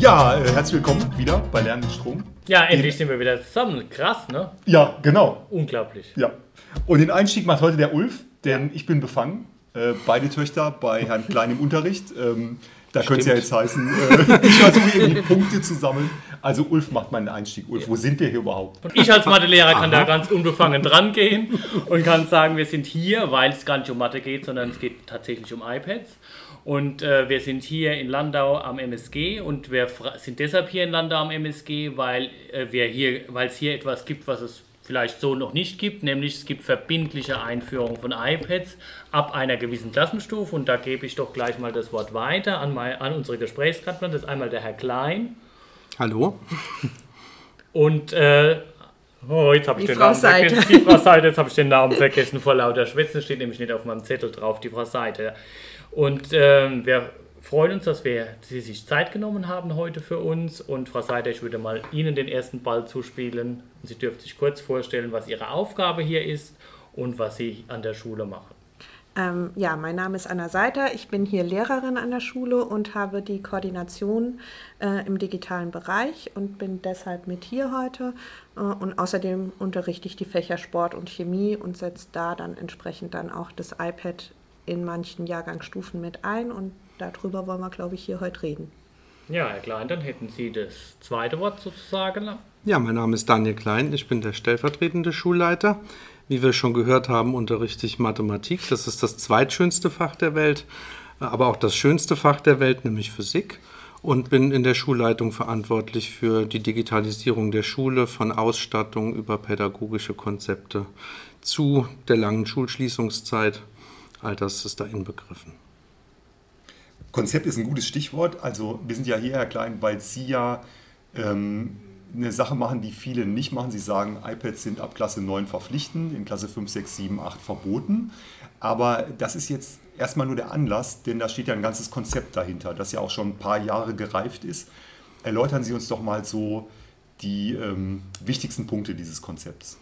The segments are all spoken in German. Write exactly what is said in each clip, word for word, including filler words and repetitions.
Ja, äh, herzlich willkommen wieder bei Lernen mit Strom. Ja, endlich den, sind wir wieder zusammen. Krass, ne? Ja, genau. Unglaublich. Ja. Und den Einstieg macht heute der Ulf, denn ja. ich bin befangen. Äh, beide Töchter bei Herrn Klein im Unterricht. Ähm, da könnte es ja jetzt heißen, äh, ich versuche irgendwie Punkte zu sammeln. Also Ulf macht meinen Einstieg. Ulf, ja. Wo sind wir hier überhaupt? Und ich als Mathelehrer kann da ganz unbefangen dran gehen und kann sagen, wir sind hier, weil es gar nicht um Mathe geht, sondern es geht tatsächlich um iPads. Und äh, wir sind hier in Landau am M S G und wir sind deshalb hier in Landau am M S G, weil äh, wir hier, weil es hier etwas gibt, was es vielleicht so noch nicht gibt, nämlich es gibt verbindliche Einführung von iPads ab einer gewissen Klassenstufe. Und da gebe ich doch gleich mal das Wort weiter an, mein, an unsere Gesprächspartner. Das ist einmal der Herr Klein. Hallo. Und äh, oh, jetzt habe ich die den Frau Namen Seite. vergessen. Die Frau Seite, jetzt habe ich den Namen vergessen vor lauter Schwätzen, steht nämlich nicht auf meinem Zettel drauf, die Frau Seite. Und ähm, wir freuen uns, dass wir, Sie sich Zeit genommen haben heute für uns. Und Frau Seiter, ich würde mal Ihnen den ersten Ball zuspielen. Und Sie dürfen sich kurz vorstellen, was Ihre Aufgabe hier ist und was Sie an der Schule machen. Ähm, ja, mein Name ist Anna Seiter. Ich bin hier Lehrerin an der Schule und habe die Koordination äh, im digitalen Bereich und bin deshalb mit hier heute. Äh, und außerdem unterrichte ich die Fächer Sport und Chemie und setze da dann entsprechend dann auch das iPad in manchen Jahrgangsstufen mit ein. Und darüber wollen wir, glaube ich, hier heute reden. Ja, Herr Klein, dann hätten Sie das zweite Wort sozusagen. Ja, mein Name ist Daniel Klein. Ich bin der stellvertretende Schulleiter. Wie wir schon gehört haben, unterrichte ich Mathematik. Das ist das zweitschönste Fach der Welt, aber auch das schönste Fach der Welt, nämlich Physik. Und bin in der Schulleitung verantwortlich für die Digitalisierung der Schule, von Ausstattung über pädagogische Konzepte zu der langen Schulschließungszeit. All das ist da inbegriffen. Konzept ist ein gutes Stichwort. Also wir sind ja hier, Herr Klein, weil Sie ja ähm, eine Sache machen, die viele nicht machen. Sie sagen, iPads sind ab Klasse neun verpflichtend, in Klasse fünf, sechs, sieben, acht verboten. Aber das ist jetzt erstmal nur der Anlass, denn da steht ja ein ganzes Konzept dahinter, das ja auch schon ein paar Jahre gereift ist. Erläutern Sie uns doch mal so die ähm, wichtigsten Punkte dieses Konzepts.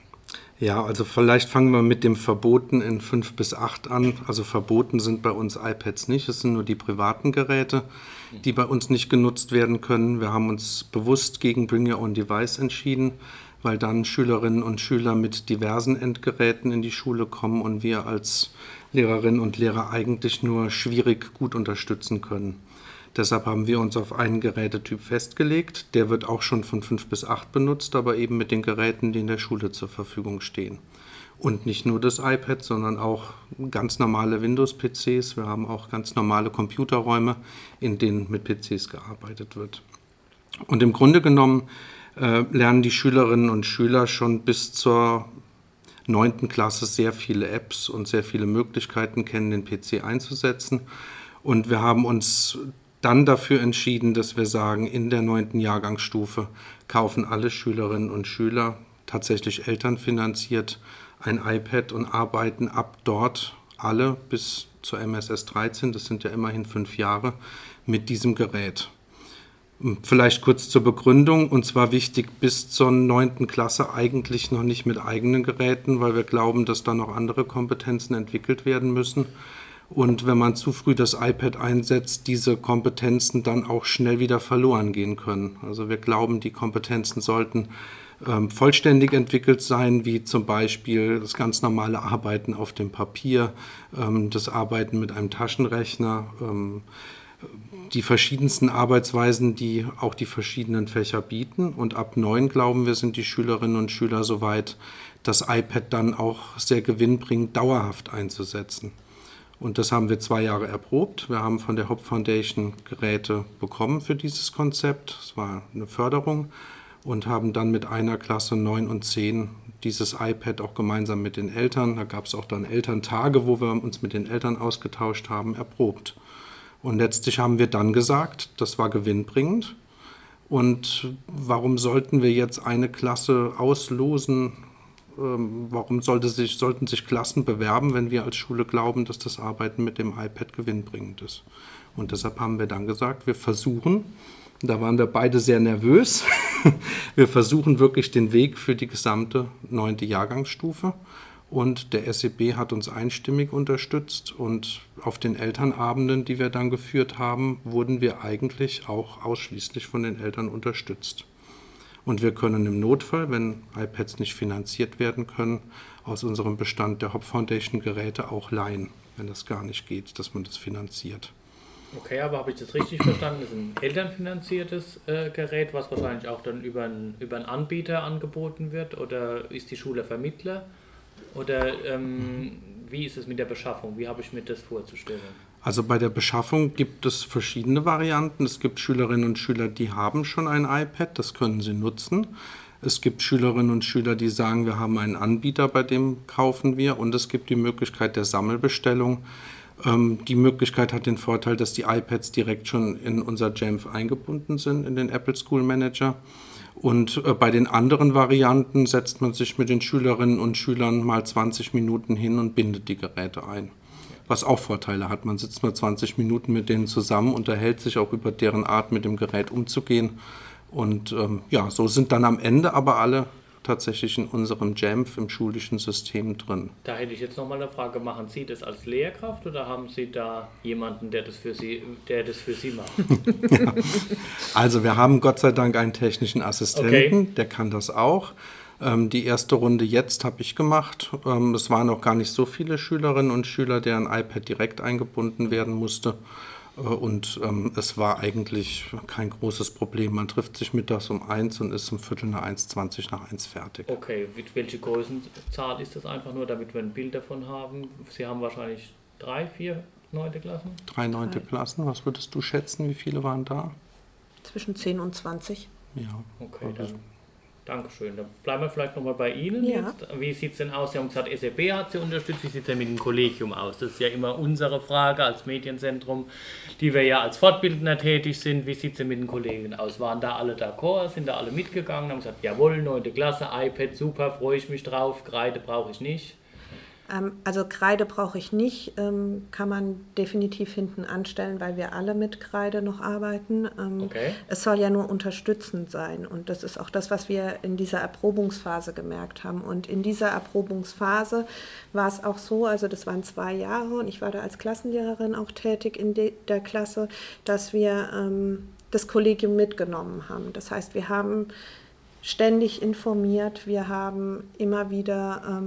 Ja, also vielleicht fangen wir mit dem Verboten in fünf bis acht an. Also verboten sind bei uns iPads nicht, es sind nur die privaten Geräte, die bei uns nicht genutzt werden können. Wir haben uns bewusst gegen Bring Your Own Device entschieden, weil dann Schülerinnen und Schüler mit diversen Endgeräten in die Schule kommen und wir als Lehrerinnen und Lehrer eigentlich nur schwierig gut unterstützen können. Deshalb haben wir uns auf einen Gerätetyp festgelegt. Der wird auch schon von fünf bis acht benutzt, aber eben mit den Geräten, die in der Schule zur Verfügung stehen. Und nicht nur das iPad, sondern auch ganz normale Windows-P Cs. Wir haben auch ganz normale Computerräume, in denen mit P Cs gearbeitet wird. Und im Grunde genommen äh, lernen die Schülerinnen und Schüler schon bis zur neunten Klasse sehr viele Apps und sehr viele Möglichkeiten kennen, den P C einzusetzen. Und wir haben uns dann dafür entschieden, dass wir sagen, in der neunten Jahrgangsstufe kaufen alle Schülerinnen und Schüler, tatsächlich elternfinanziert, ein iPad und arbeiten ab dort alle bis zur M S S dreizehn, das sind ja immerhin fünf Jahre, mit diesem Gerät. Vielleicht kurz zur Begründung, und zwar wichtig bis zur neunten Klasse eigentlich noch nicht mit eigenen Geräten, weil wir glauben, dass da noch andere Kompetenzen entwickelt werden müssen. Und wenn man zu früh das iPad einsetzt, diese Kompetenzen dann auch schnell wieder verloren gehen können. Also wir glauben, die Kompetenzen sollten ähm, vollständig entwickelt sein, wie zum Beispiel das ganz normale Arbeiten auf dem Papier, ähm, das Arbeiten mit einem Taschenrechner, ähm, die verschiedensten Arbeitsweisen, die auch die verschiedenen Fächer bieten. Und ab neun, glauben wir, sind die Schülerinnen und Schüler soweit, das iPad dann auch sehr gewinnbringend dauerhaft einzusetzen. Und das haben wir zwei Jahre erprobt. Wir haben von der Hop Foundation Geräte bekommen für dieses Konzept. Es war eine Förderung und haben dann mit einer Klasse neun und zehn dieses iPad auch gemeinsam mit den Eltern, da gab es auch dann Elterntage, wo wir uns mit den Eltern ausgetauscht haben, erprobt. Und letztlich haben wir dann gesagt, das war gewinnbringend. Und warum sollten wir jetzt eine Klasse auslosen? Warum sollte sich, sollten sich Klassen bewerben, wenn wir als Schule glauben, dass das Arbeiten mit dem iPad gewinnbringend ist? Und deshalb haben wir dann gesagt, wir versuchen, da waren wir beide sehr nervös, wir versuchen wirklich den Weg für die gesamte neunte Jahrgangsstufe Und der S E B hat uns einstimmig unterstützt und auf den Elternabenden, die wir dann geführt haben, wurden wir eigentlich auch ausschließlich von den Eltern unterstützt. Und wir können im Notfall, wenn iPads nicht finanziert werden können, aus unserem Bestand der Hop Foundation Geräte auch leihen, wenn das gar nicht geht, dass man das finanziert. Okay, aber habe ich das richtig verstanden? Das ist ein elternfinanziertes äh, Gerät, was wahrscheinlich auch dann über, ein, über einen Anbieter angeboten wird, oder ist die Schule Vermittler? Oder ähm, wie ist es mit der Beschaffung? Wie habe ich mir das vorzustellen? Also bei der Beschaffung gibt es verschiedene Varianten. Es gibt Schülerinnen und Schüler, die haben schon ein iPad, das können sie nutzen. Es gibt Schülerinnen und Schüler, die sagen, wir haben einen Anbieter, bei dem kaufen wir. Und es gibt die Möglichkeit der Sammelbestellung. Ähm, die Möglichkeit hat den Vorteil, dass die iPads direkt schon in unser Jamf eingebunden sind, in den Apple School Manager. Und äh, bei den anderen Varianten setzt man sich mit den Schülerinnen und Schülern mal zwanzig Minuten hin und bindet die Geräte ein. Was auch Vorteile hat. Man sitzt mal zwanzig Minuten mit denen zusammen, unterhält sich auch über deren Art, mit dem Gerät umzugehen. Und ähm, ja, so sind dann am Ende aber alle tatsächlich in unserem Jamf im schulischen System drin. Da hätte ich jetzt nochmal eine Frage. Machen Sie das als Lehrkraft oder haben Sie da jemanden, der das für Sie, der das für Sie macht? Ja. Also wir haben Gott sei Dank einen technischen Assistenten, okay. Der kann das auch. Ähm, die erste Runde jetzt habe ich gemacht. Ähm, es waren noch gar nicht so viele Schülerinnen und Schüler, deren iPad direkt eingebunden werden musste. Und ähm, es war eigentlich kein großes Problem. Man trifft sich mittags um eins und ist um Viertel nach eins, zwanzig nach eins fertig. Okay, welche Größenzahl ist das einfach nur, damit wir ein Bild davon haben? Sie haben wahrscheinlich drei, vier neunte Klassen? Drei neunte Klassen. Was würdest du schätzen? Wie viele waren da? Zwischen zehn und zwanzig. Ja. Okay, dann Dankeschön. Dann bleiben wir vielleicht nochmal bei Ihnen ja. jetzt. Wie sieht es denn aus? Sie haben gesagt, S E B hat Sie unterstützt. Wie sieht es denn mit dem Kollegium aus? Das ist ja immer unsere Frage als Medienzentrum, die wir ja als Fortbildner tätig sind. Wie sieht es denn mit den Kollegen aus? Waren da alle d'accord? Sind da alle mitgegangen? Haben gesagt, jawohl, neunte Klasse, iPad, super, freue ich mich drauf. Kreide brauche ich nicht. Also Kreide brauche ich nicht, kann man definitiv hinten anstellen, weil wir alle mit Kreide noch arbeiten. Okay. Es soll ja nur unterstützend sein und das ist auch das, was wir in dieser Erprobungsphase gemerkt haben. Und in dieser Erprobungsphase war es auch so, also das waren zwei Jahre und ich war da als Klassenlehrerin auch tätig in der Klasse, dass wir das Kollegium mitgenommen haben. Das heißt, wir haben ständig informiert, wir haben immer wieder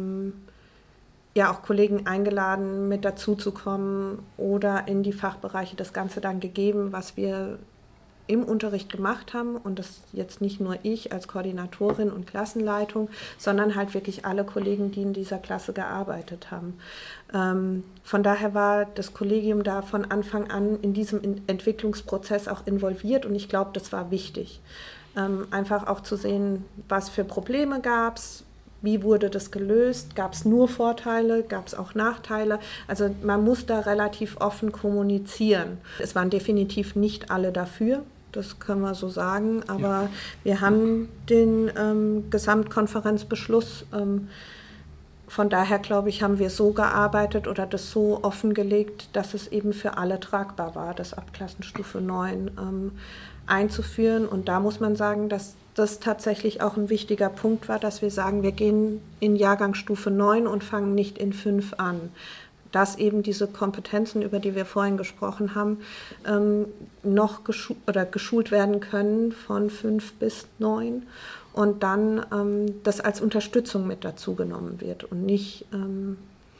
ja auch Kollegen eingeladen, mit dazu zu kommen oder in die Fachbereiche das Ganze dann gegeben, was wir im Unterricht gemacht haben und das jetzt nicht nur ich als Koordinatorin und Klassenleitung, sondern halt wirklich alle Kollegen, die in dieser Klasse gearbeitet haben. Ähm, von daher war das Kollegium da von Anfang an in diesem Entwicklungsprozess auch involviert und ich glaube, das war wichtig. Ähm, einfach auch zu sehen, was für Probleme gab es, wie wurde das gelöst? Gab es nur Vorteile? Gab es auch Nachteile? Also man muss da relativ offen kommunizieren. Es waren definitiv nicht alle dafür, das können wir so sagen, aber ja. Wir haben den ähm, Gesamtkonferenzbeschluss, ähm, von daher glaube ich, haben wir so gearbeitet oder das so offengelegt, dass es eben für alle tragbar war, das ab Klassenstufe neun ähm, einzuführen. Und da muss man sagen, dass das tatsächlich auch ein wichtiger Punkt war, dass wir sagen, wir gehen in Jahrgangsstufe neun und fangen nicht in fünf an. Dass eben diese Kompetenzen, über die wir vorhin gesprochen haben, ähm, noch geschu- oder geschult werden können von fünf bis neun und dann ähm, das als Unterstützung mit dazu genommen wird und nicht ähm,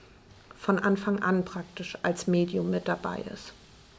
von Anfang an praktisch als Medium mit dabei ist.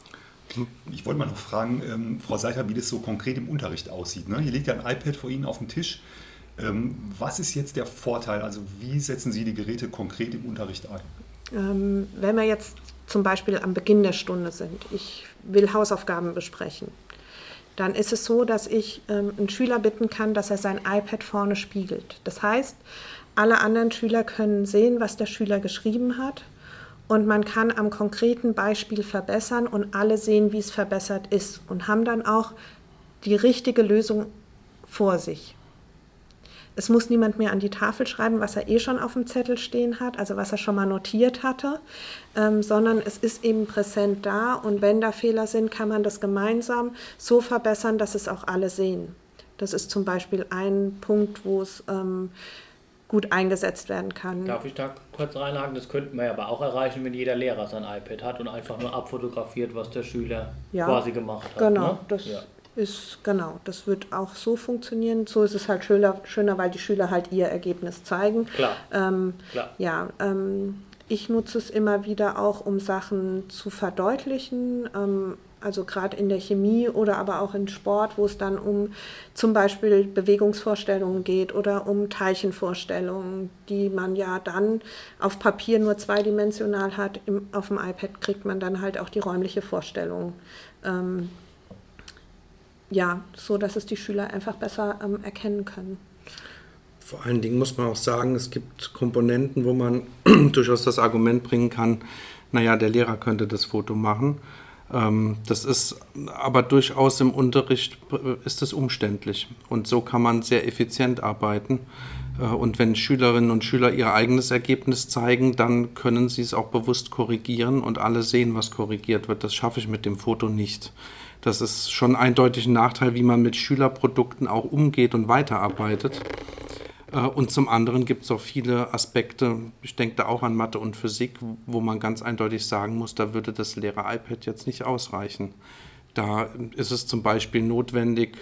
Ich wollte mal noch fragen, ähm, Frau Seiter, wie das so konkret im Unterricht aussieht. Ne? Hier liegt ja ein iPad vor Ihnen auf dem Tisch. Ähm, was ist jetzt der Vorteil? Also wie setzen Sie die Geräte konkret im Unterricht ein? Ähm, wenn wir jetzt zum Beispiel am Beginn der Stunde sind, ich will Hausaufgaben besprechen, dann ist es so, dass ich ähm, einen Schüler bitten kann, dass er sein iPad vorne spiegelt. Das heißt, alle anderen Schüler können sehen, was der Schüler geschrieben hat. Und man kann am konkreten Beispiel verbessern und alle sehen, wie es verbessert ist und haben dann auch die richtige Lösung vor sich. Es muss niemand mehr an die Tafel schreiben, was er eh schon auf dem Zettel stehen hat, also was er schon mal notiert hatte, ähm, sondern es ist eben präsent da und wenn da Fehler sind, kann man das gemeinsam so verbessern, dass es auch alle sehen. Das ist zum Beispiel ein Punkt, wo es ähm, gut eingesetzt werden kann. Darf ich da kurz reinhaken? Das könnten wir aber auch erreichen, wenn jeder Lehrer sein iPad hat und einfach nur abfotografiert, was der Schüler ja, quasi gemacht hat. Genau, ne? das ja. ist genau. Das wird auch so funktionieren. So ist es halt schöner, schöner weil die Schüler halt ihr Ergebnis zeigen. Klar. Ähm, Klar. Ja, ähm, ich nutze es immer wieder auch, um Sachen zu verdeutlichen. Ähm, Also gerade in der Chemie oder aber auch in Sport, wo es dann um zum Beispiel Bewegungsvorstellungen geht oder um Teilchenvorstellungen, die man ja dann auf Papier nur zweidimensional hat. Im, auf dem iPad kriegt man dann halt auch die räumliche Vorstellung. Ähm, ja, so dass es die Schüler einfach besser ähm, erkennen können. Vor allen Dingen muss man auch sagen, es gibt Komponenten, wo man durchaus das Argument bringen kann, naja, der Lehrer könnte das Foto machen. Das ist aber durchaus im Unterricht ist es umständlich und so kann man sehr effizient arbeiten. Und wenn Schülerinnen und Schüler ihr eigenes Ergebnis zeigen, dann können sie es auch bewusst korrigieren und alle sehen, was korrigiert wird. Das schaffe ich mit dem Foto nicht. Das ist schon eindeutig ein Nachteil, wie man mit Schülerprodukten auch umgeht und weiterarbeitet. Und zum anderen gibt es auch viele Aspekte, ich denke da auch an Mathe und Physik, wo man ganz eindeutig sagen muss, da würde das Lehrer-iPad jetzt nicht ausreichen. Da ist es zum Beispiel notwendig,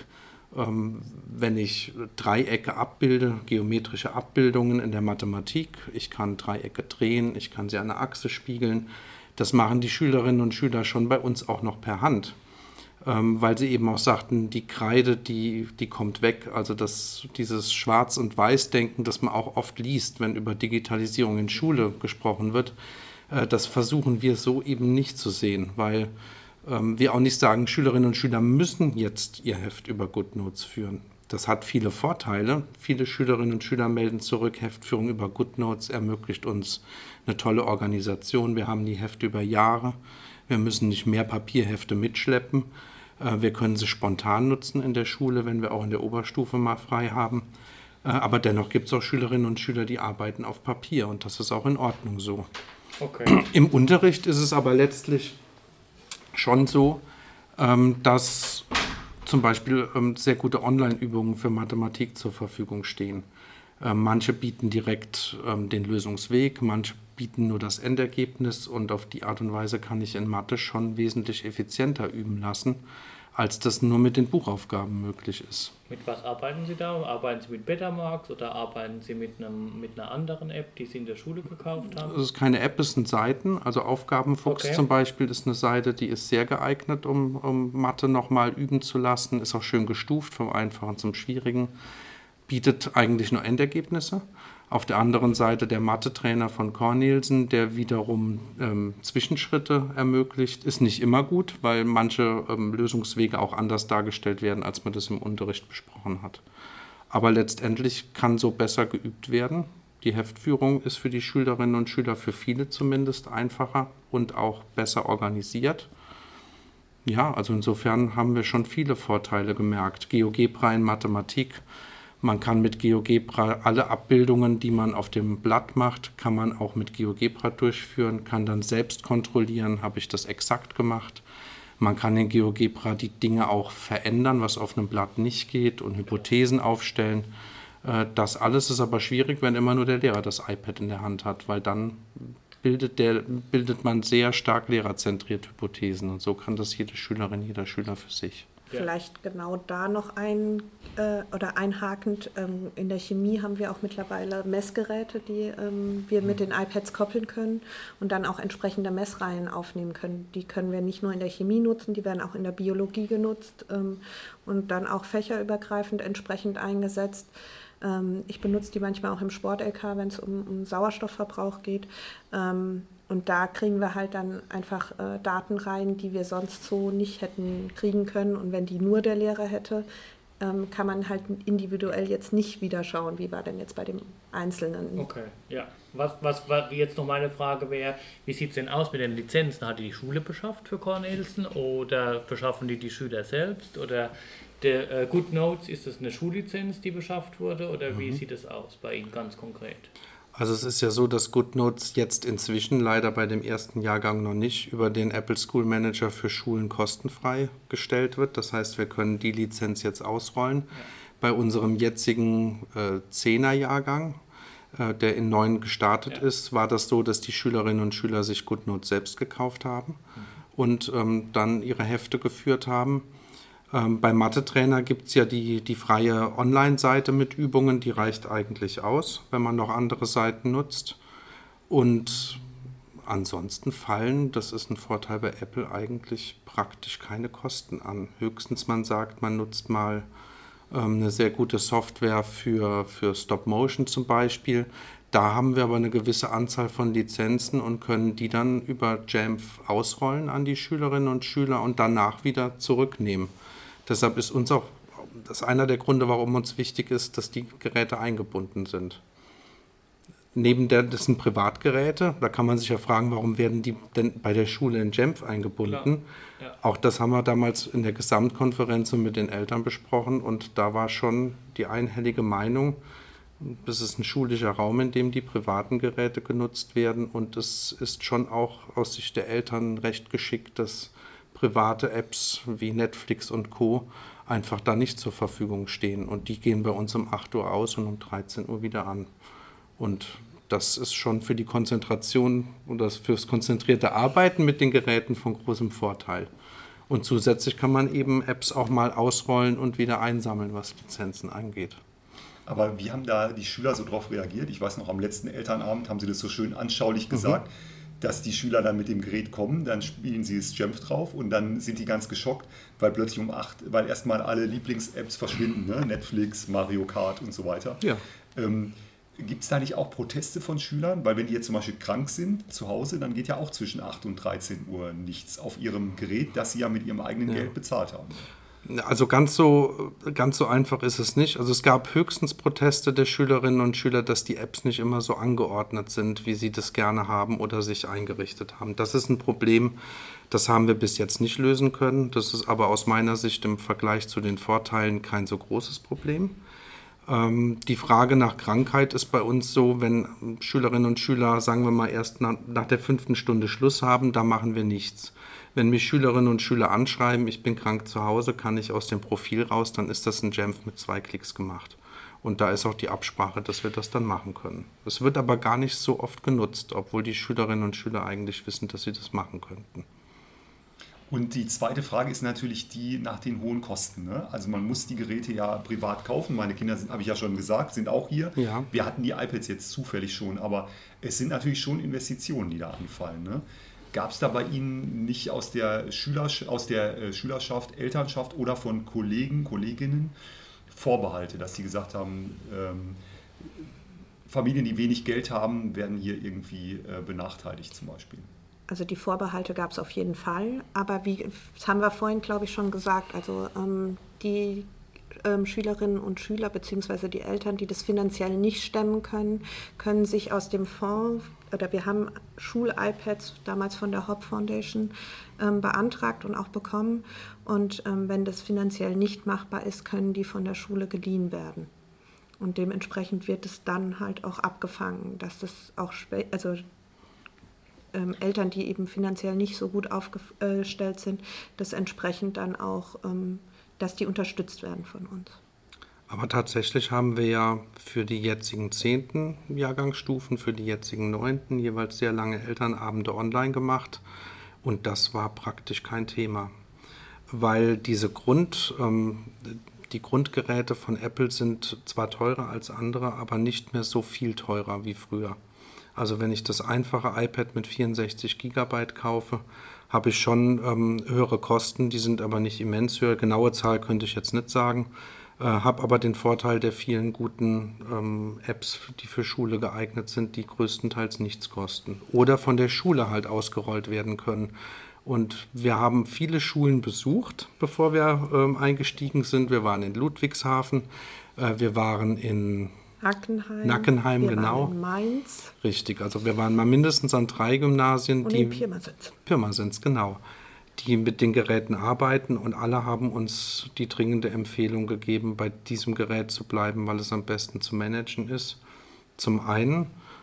wenn ich Dreiecke abbilde, geometrische Abbildungen in der Mathematik, ich kann Dreiecke drehen, ich kann sie an der Achse spiegeln. Das machen die Schülerinnen und Schüler schon bei uns auch noch per Hand. Weil sie eben auch sagten, die Kreide, die, die kommt weg. Also das, dieses Schwarz- und Weiß-Denken, das man auch oft liest, wenn über Digitalisierung in Schule gesprochen wird, das versuchen wir so eben nicht zu sehen, weil wir auch nicht sagen, Schülerinnen und Schüler müssen jetzt ihr Heft über GoodNotes führen. Das hat viele Vorteile. Viele Schülerinnen und Schüler melden zurück, Heftführung über GoodNotes ermöglicht uns eine tolle Organisation. Wir haben die Hefte über Jahre. Wir müssen nicht mehr Papierhefte mitschleppen. Wir können sie spontan nutzen in der Schule, wenn wir auch in der Oberstufe mal frei haben. Aber dennoch gibt es auch Schülerinnen und Schüler, die arbeiten auf Papier und das ist auch in Ordnung so. Okay. Im Unterricht ist es aber letztlich schon so, dass zum Beispiel sehr gute Online-Übungen für Mathematik zur Verfügung stehen. Manche bieten direkt den Lösungsweg, manche bieten nur das Endergebnis und auf die Art und Weise kann ich in Mathe schon wesentlich effizienter üben lassen, als das nur mit den Buchaufgaben möglich ist. Mit was arbeiten Sie da? Arbeiten Sie mit Betamax oder arbeiten Sie mit, einem, mit einer anderen App, die Sie in der Schule gekauft haben? Das ist keine App, es sind Seiten. Also Aufgabenfuchs okay. zum Beispiel ist eine Seite, die ist sehr geeignet, um, um Mathe nochmal üben zu lassen. Ist auch schön gestuft, vom Einfachen zum Schwierigen. Bietet eigentlich nur Endergebnisse. Auf der anderen Seite der Mathe-Trainer von Cornelsen, der wiederum ähm, Zwischenschritte ermöglicht, ist nicht immer gut, weil manche ähm, Lösungswege auch anders dargestellt werden, als man das im Unterricht besprochen hat. Aber letztendlich kann so besser geübt werden. Die Heftführung ist für die Schülerinnen und Schüler, für viele zumindest, einfacher und auch besser organisiert. Ja, also insofern haben wir schon viele Vorteile gemerkt. GeoGebra in Mathematik. Man kann mit GeoGebra alle Abbildungen, die man auf dem Blatt macht, kann man auch mit GeoGebra durchführen, kann dann selbst kontrollieren, habe ich das exakt gemacht. Man kann in GeoGebra die Dinge auch verändern, was auf einem Blatt nicht geht und Hypothesen aufstellen. Das alles ist aber schwierig, wenn immer nur der Lehrer das iPad in der Hand hat, weil dann bildet, der, bildet man sehr stark lehrerzentriert Hypothesen und so kann das jede Schülerin, jeder Schüler für sich. Ja. Vielleicht genau da noch ein äh, oder einhakend, ähm, in der Chemie haben wir auch mittlerweile Messgeräte, die ähm, wir mit den iPads koppeln können und dann auch entsprechende Messreihen aufnehmen können. Die können wir nicht nur in der Chemie nutzen, die werden auch in der Biologie genutzt ähm, und dann auch fächerübergreifend entsprechend eingesetzt. Ähm, ich benutze die manchmal auch im Sport-L K, wenn es um, um Sauerstoffverbrauch geht. Ähm, Und da kriegen wir halt dann einfach äh, Daten rein, die wir sonst so nicht hätten kriegen können. Und wenn die nur der Lehrer hätte, ähm, kann man halt individuell jetzt nicht wieder schauen, wie war denn jetzt bei dem Einzelnen. Okay, ja. Was, was, was jetzt noch meine Frage wäre, wie sieht es denn aus mit den Lizenzen? Hat die die Schule beschafft für Cornelsen oder beschaffen die die Schüler selbst? Oder der äh, GoodNotes, ist das eine Schullizenz, die beschafft wurde? Oder mhm. wie sieht es aus bei Ihnen ganz konkret? Also es ist ja so, dass GoodNotes jetzt inzwischen leider bei dem ersten Jahrgang noch nicht über den Apple School Manager für Schulen kostenfrei gestellt wird. Das heißt, wir können die Lizenz jetzt ausrollen. Ja. Bei unserem jetzigen äh, Zehner-Jahrgang äh, der in neun gestartet Ja. ist, war das so, dass die Schülerinnen und Schüler sich GoodNotes selbst gekauft haben mhm. und ähm, dann ihre Hefte geführt haben. Ähm, bei Mathe-Trainer gibt es ja die, die freie Online-Seite mit Übungen, die reicht eigentlich aus, wenn man noch andere Seiten nutzt. Und ansonsten fallen, das ist ein Vorteil bei Apple, eigentlich praktisch keine Kosten an. Höchstens man sagt, man nutzt mal ähm, eine sehr gute Software für, für Stop-Motion zum Beispiel. Da haben wir aber eine gewisse Anzahl von Lizenzen und können die dann über Jamf ausrollen an die Schülerinnen und Schüler und danach wieder zurücknehmen. Deshalb ist uns auch, das ist einer der Gründe, warum uns wichtig ist, dass die Geräte eingebunden sind. Neben der, das sind Privatgeräte, da kann man sich ja fragen, warum werden die denn bei der Schule in Jamf eingebunden? Ja. Auch das haben wir damals in der Gesamtkonferenz mit den Eltern besprochen und da war schon die einhellige Meinung, das ist ein schulischer Raum, in dem die privaten Geräte genutzt werden und es ist schon auch aus Sicht der Eltern recht geschickt, dass private Apps wie Netflix und Co. einfach da nicht zur Verfügung stehen. Und die gehen bei uns um acht Uhr aus und um dreizehn Uhr wieder an. Und das ist schon für die Konzentration oder fürs konzentrierte Arbeiten mit den Geräten von großem Vorteil. Und zusätzlich kann man eben Apps auch mal ausrollen und wieder einsammeln, was Lizenzen angeht. Aber wie haben da die Schüler so drauf reagiert? Ich weiß noch, am letzten Elternabend haben sie das so schön anschaulich gesagt. Mhm. Dass die Schüler dann mit dem Gerät kommen, dann spielen sie das Jamf drauf und dann sind die ganz geschockt, weil plötzlich um acht, weil erstmal alle Lieblings-Apps verschwinden, ne? Netflix, Mario Kart und so weiter. Ja. Ähm, gibt es da nicht auch Proteste von Schülern? Weil wenn die jetzt zum Beispiel krank sind zu Hause, dann geht ja auch zwischen acht und dreizehn Uhr nichts auf ihrem Gerät, das sie ja mit ihrem eigenen ja. Geld bezahlt haben. Also ganz so, ganz so einfach ist es nicht. Also es gab höchstens Proteste der Schülerinnen und Schüler, dass die Apps nicht immer so angeordnet sind, wie sie das gerne haben oder sich eingerichtet haben. Das ist ein Problem, das haben wir bis jetzt nicht lösen können. Das ist aber aus meiner Sicht im Vergleich zu den Vorteilen kein so großes Problem. Ähm, die Frage nach Krankheit ist bei uns so, wenn Schülerinnen und Schüler, sagen wir mal, erst nach, nach der fünften Stunde Schluss haben, da machen wir nichts. Wenn mich Schülerinnen und Schüler anschreiben, ich bin krank zu Hause, kann ich aus dem Profil raus, dann ist das in Jamf mit zwei Klicks gemacht. Und da ist auch die Absprache, dass wir das dann machen können. Es wird aber gar nicht so oft genutzt, obwohl die Schülerinnen und Schüler eigentlich wissen, dass sie das machen könnten. Und die zweite Frage ist natürlich die nach den hohen Kosten. Ne? Also man muss die Geräte ja privat kaufen. Meine Kinder, sind, habe ich ja schon gesagt, sind auch hier. Ja. Wir hatten die iPads jetzt zufällig schon, aber es sind natürlich schon Investitionen, die da anfallen. Ne? Gab es da bei Ihnen nicht aus der, Schüler, aus der Schülerschaft, Elternschaft oder von Kollegen, Kolleginnen Vorbehalte, dass sie gesagt haben, ähm, Familien, die wenig Geld haben, werden hier irgendwie äh, benachteiligt zum Beispiel? Also die Vorbehalte gab es auf jeden Fall, aber wie, das haben wir vorhin, glaube ich, schon gesagt, also ähm, die ähm, Schülerinnen und Schüler bzw. die Eltern, die das finanziell nicht stemmen können, können sich aus dem Fonds, oder wir haben Schul-iPads damals von der Hop Foundation ähm, beantragt und auch bekommen, und ähm, wenn das finanziell nicht machbar ist, können die von der Schule geliehen werden. Und dementsprechend wird es dann halt auch abgefangen, dass das auch, also ähm, Eltern, die eben finanziell nicht so gut aufgestellt sind, das entsprechend dann auch, ähm, dass die unterstützt werden von uns. Aber tatsächlich haben wir ja für die jetzigen zehnten Jahrgangsstufen, für die jetzigen neunten jeweils sehr lange Elternabende online gemacht, und das war praktisch kein Thema, weil diese Grund, ähm, die Grundgeräte von Apple sind zwar teurer als andere, aber nicht mehr so viel teurer wie früher. Also wenn ich das einfache iPad mit vierundsechzig Gigabyte kaufe, habe ich schon ähm, höhere Kosten, die sind aber nicht immens höher. Genaue Zahl könnte ich jetzt nicht sagen, äh, habe aber den Vorteil der vielen guten ähm, Apps, die für Schule geeignet sind, die größtenteils nichts kosten oder von der Schule halt ausgerollt werden können. Und wir haben viele Schulen besucht, bevor wir ähm, eingestiegen sind. Wir waren in Ludwigshafen, äh, wir waren in Nackenheim, Nackenheim, wir genau. waren in Mainz. Richtig, also wir waren mal mindestens an drei Gymnasien. Und die, in Pirmasens. Pirmasens, genau. Die mit den Geräten arbeiten, und alle haben uns die dringende Empfehlung gegeben, bei diesem Gerät zu bleiben, weil es am besten zu managen ist. Zum einen,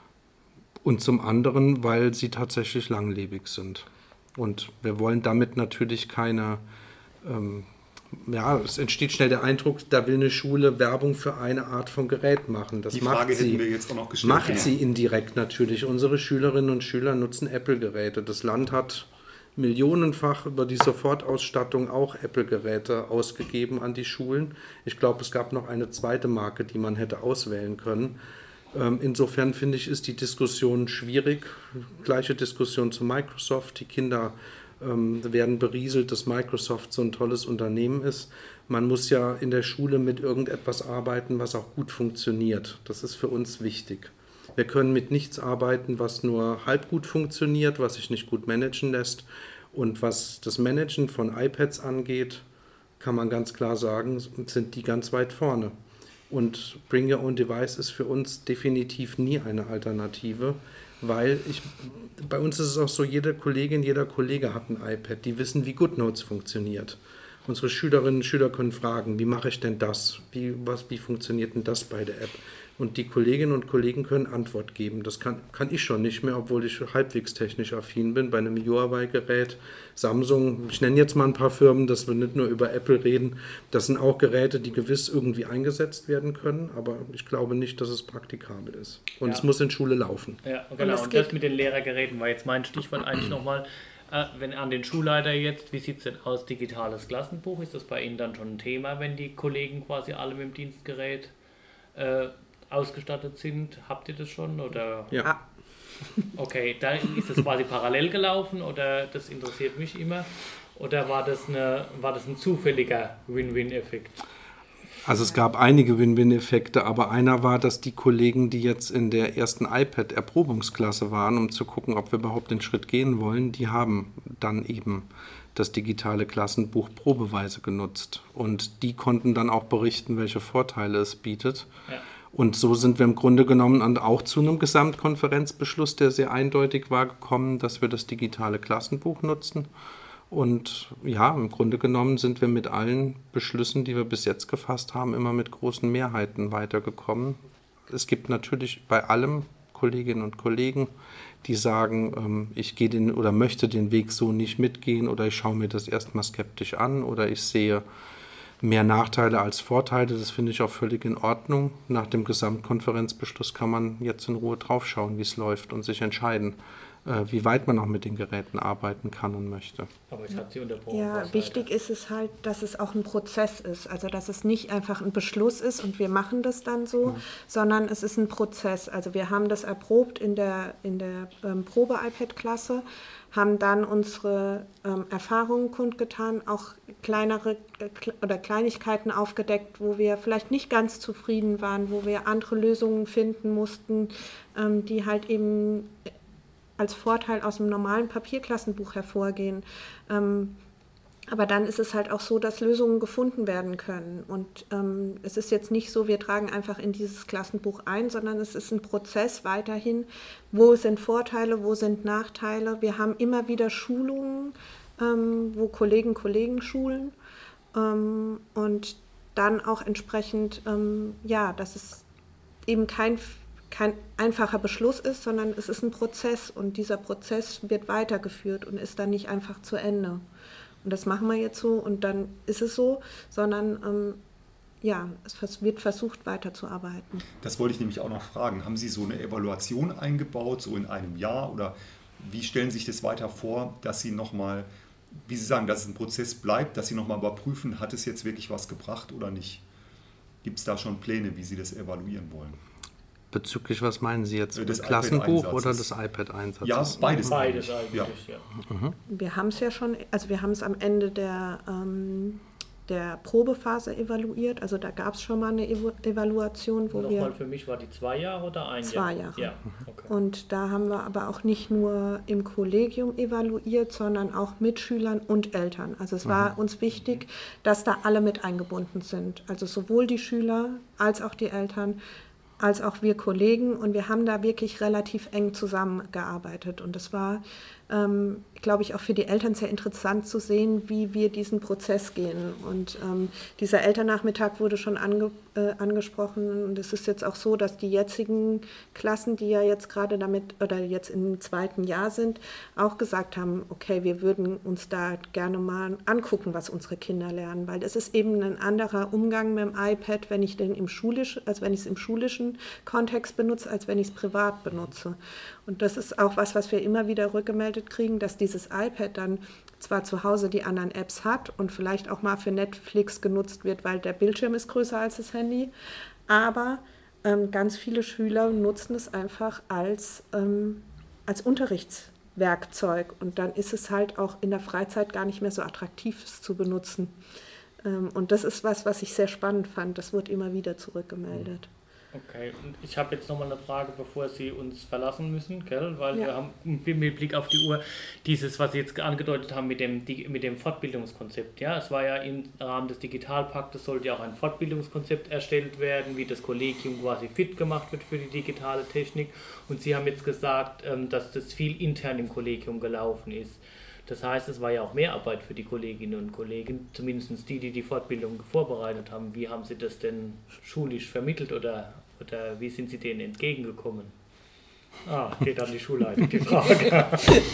und zum anderen, weil sie tatsächlich langlebig sind. Und wir wollen damit natürlich keine, ähm, ja, es entsteht schnell der Eindruck, da will eine Schule Werbung für eine Art von Gerät machen. Das Die macht Frage sie, hätten wir jetzt auch noch gestellt. Macht sie indirekt natürlich. Unsere Schülerinnen und Schüler nutzen Apple-Geräte. Das Land hat millionenfach über die Sofortausstattung auch Apple-Geräte ausgegeben an die Schulen. Ich glaube, es gab noch eine zweite Marke, die man hätte auswählen können. Insofern finde ich, ist die Diskussion schwierig. Gleiche Diskussion zu Microsoft. Die Kinder ähm, werden berieselt, dass Microsoft so ein tolles Unternehmen ist. Man muss ja in der Schule mit irgendetwas arbeiten, was auch gut funktioniert. Das ist für uns wichtig. Wir können mit nichts arbeiten, was nur halb gut funktioniert, was sich nicht gut managen lässt. Und was das Managen von iPads angeht, kann man ganz klar sagen, sind die ganz weit vorne. Und Bring Your Own Device ist für uns definitiv nie eine Alternative, weil ich, bei uns ist es auch so, jede Kollegin, jeder Kollege hat ein iPad, die wissen, wie GoodNotes funktioniert. Unsere Schülerinnen und Schüler können fragen, wie mache ich denn das? Wie, was, wie funktioniert denn das bei der App? Und die Kolleginnen und Kollegen können Antwort geben. Das kann, kann ich schon nicht mehr, obwohl ich halbwegs technisch affin bin. Bei einem Huawei-Gerät, Samsung, ich nenne jetzt mal ein paar Firmen, dass wir nicht nur über Apple reden. Das sind auch Geräte, die gewiss irgendwie eingesetzt werden können, aber ich glaube nicht, dass es praktikabel ist. Und ja. Es muss in Schule laufen. Ja, genau. Und, und das mit den Lehrergeräten war jetzt mein Stichwort eigentlich nochmal. Äh, wenn an den Schulleiter jetzt, wie sieht es denn aus, digitales Klassenbuch? Ist das bei Ihnen dann schon ein Thema, wenn die Kollegen quasi alle mit dem Dienstgerät äh, ausgestattet sind? Habt ihr das schon? Oder? Ja. Okay, da ist das quasi parallel gelaufen oder das interessiert mich immer? Oder war das, eine, war das ein zufälliger Win-Win-Effekt? Also es gab einige Win-Win-Effekte, aber einer war, dass die Kollegen, die jetzt in der ersten iPad-Erprobungsklasse waren, um zu gucken, ob wir überhaupt den Schritt gehen wollen, die haben dann eben das digitale Klassenbuch probeweise genutzt. Und die konnten dann auch berichten, welche Vorteile es bietet. Ja. Und so sind wir im Grunde genommen auch zu einem Gesamtkonferenzbeschluss, der sehr eindeutig war, gekommen, dass wir das digitale Klassenbuch nutzen. Und ja, im Grunde genommen sind wir mit allen Beschlüssen, die wir bis jetzt gefasst haben, immer mit großen Mehrheiten weitergekommen. Es gibt natürlich bei allem Kolleginnen und Kollegen, die sagen, ähm, ich gehe den oder möchte den Weg so nicht mitgehen oder ich schaue mir das erstmal skeptisch an oder ich sehe mehr Nachteile als Vorteile. Das finde ich auch völlig in Ordnung. Nach dem Gesamtkonferenzbeschluss kann man jetzt in Ruhe draufschauen, wie es läuft und sich entscheiden, wie weit man auch mit den Geräten arbeiten kann und möchte. Aber ich habe Sie unterbrochen. Ja, wichtig ist es halt, dass es auch ein Prozess ist. Also, dass es nicht einfach ein Beschluss ist und wir machen das dann so, ja. sondern es ist ein Prozess. Also, wir haben das erprobt in der, in der ähm, Probe-iPad-Klasse, haben dann unsere ähm, Erfahrungen kundgetan, auch kleinere äh, oder Kleinigkeiten aufgedeckt, wo wir vielleicht nicht ganz zufrieden waren, wo wir andere Lösungen finden mussten, ähm, die halt eben als Vorteil aus dem normalen Papierklassenbuch hervorgehen. Ähm, aber dann ist es halt auch so, dass Lösungen gefunden werden können. Und ähm, es ist jetzt nicht so, wir tragen einfach in dieses Klassenbuch ein, sondern es ist ein Prozess weiterhin. Wo sind Vorteile, wo sind Nachteile? Wir haben immer wieder Schulungen, ähm, wo Kollegen Kollegen schulen. Ähm, und dann auch entsprechend, ähm, ja, dass es eben kein kein einfacher Beschluss ist, sondern es ist ein Prozess und dieser Prozess wird weitergeführt und ist dann nicht einfach zu Ende. Und das machen wir jetzt so und dann ist es so, sondern ähm, ja, es wird versucht weiterzuarbeiten. Das wollte ich nämlich auch noch fragen. Haben Sie so eine Evaluation eingebaut, so in einem Jahr oder wie stellen Sie sich das weiter vor, dass Sie nochmal, wie Sie sagen, dass es ein Prozess bleibt, dass Sie nochmal überprüfen, hat es jetzt wirklich was gebracht oder nicht? Gibt es da schon Pläne, wie Sie das evaluieren wollen? Bezüglich, was meinen Sie jetzt? Das Klassenbuch oder des iPad-Einsatzes? Ja, beides. Beides eigentlich, ja. ja. Mhm. Wir haben es ja schon, also wir haben es am Ende der, ähm, der Probephase evaluiert. Also da gab es schon mal eine Evu- Evaluation, wo Nochmal wir... für mich war die zwei Jahre oder ein zwei Jahr? Jahre. Ja, okay. Und da haben wir aber auch nicht nur im Kollegium evaluiert, sondern auch mit Schülern und Eltern. Also es war mhm. uns wichtig, dass da alle mit eingebunden sind. Also sowohl die Schüler als auch die Eltern, als auch wir Kollegen und wir haben da wirklich relativ eng zusammengearbeitet und das war ähm, glaube ich, auch für die Eltern sehr interessant zu sehen, wie wir diesen Prozess gehen. Und ähm, dieser Elternnachmittag wurde schon ange, äh, angesprochen. Und es ist jetzt auch so, dass die jetzigen Klassen, die ja jetzt gerade damit oder jetzt im zweiten Jahr sind, auch gesagt haben, okay, wir würden uns da gerne mal angucken, was unsere Kinder lernen, weil es ist eben ein anderer Umgang mit dem iPad, wenn ich den im schulischen, als wenn ich es im schulischen Kontext benutze, als wenn ich es privat benutze. Und das ist auch was, was wir immer wieder rückgemeldet kriegen, dass dieses iPad dann zwar zu Hause die anderen Apps hat und vielleicht auch mal für Netflix genutzt wird, weil der Bildschirm ist größer als das Handy, aber ähm, ganz viele Schüler nutzen es einfach als, ähm, als Unterrichtswerkzeug und dann ist es halt auch in der Freizeit gar nicht mehr so attraktiv, es zu benutzen. Ähm, und das ist was, was ich sehr spannend fand, das wird immer wieder zurückgemeldet. Okay, und ich habe jetzt nochmal eine Frage, bevor Sie uns verlassen müssen, gell? Weil Ja. wir haben mit Blick auf die Uhr dieses, was Sie jetzt angedeutet haben mit dem, mit dem Fortbildungskonzept. Ja, es war ja im Rahmen des Digitalpaktes, sollte ja auch ein Fortbildungskonzept erstellt werden, wie das Kollegium quasi fit gemacht wird für die digitale Technik. Und Sie haben jetzt gesagt, dass das viel intern im Kollegium gelaufen ist. Das heißt, es war ja auch Mehrarbeit für die Kolleginnen und Kollegen, zumindest die, die die Fortbildung vorbereitet haben. Wie haben Sie das denn schulisch vermittelt oder, oder wie sind Sie denen entgegengekommen? Ah, geht an die Schulleitung die Frage.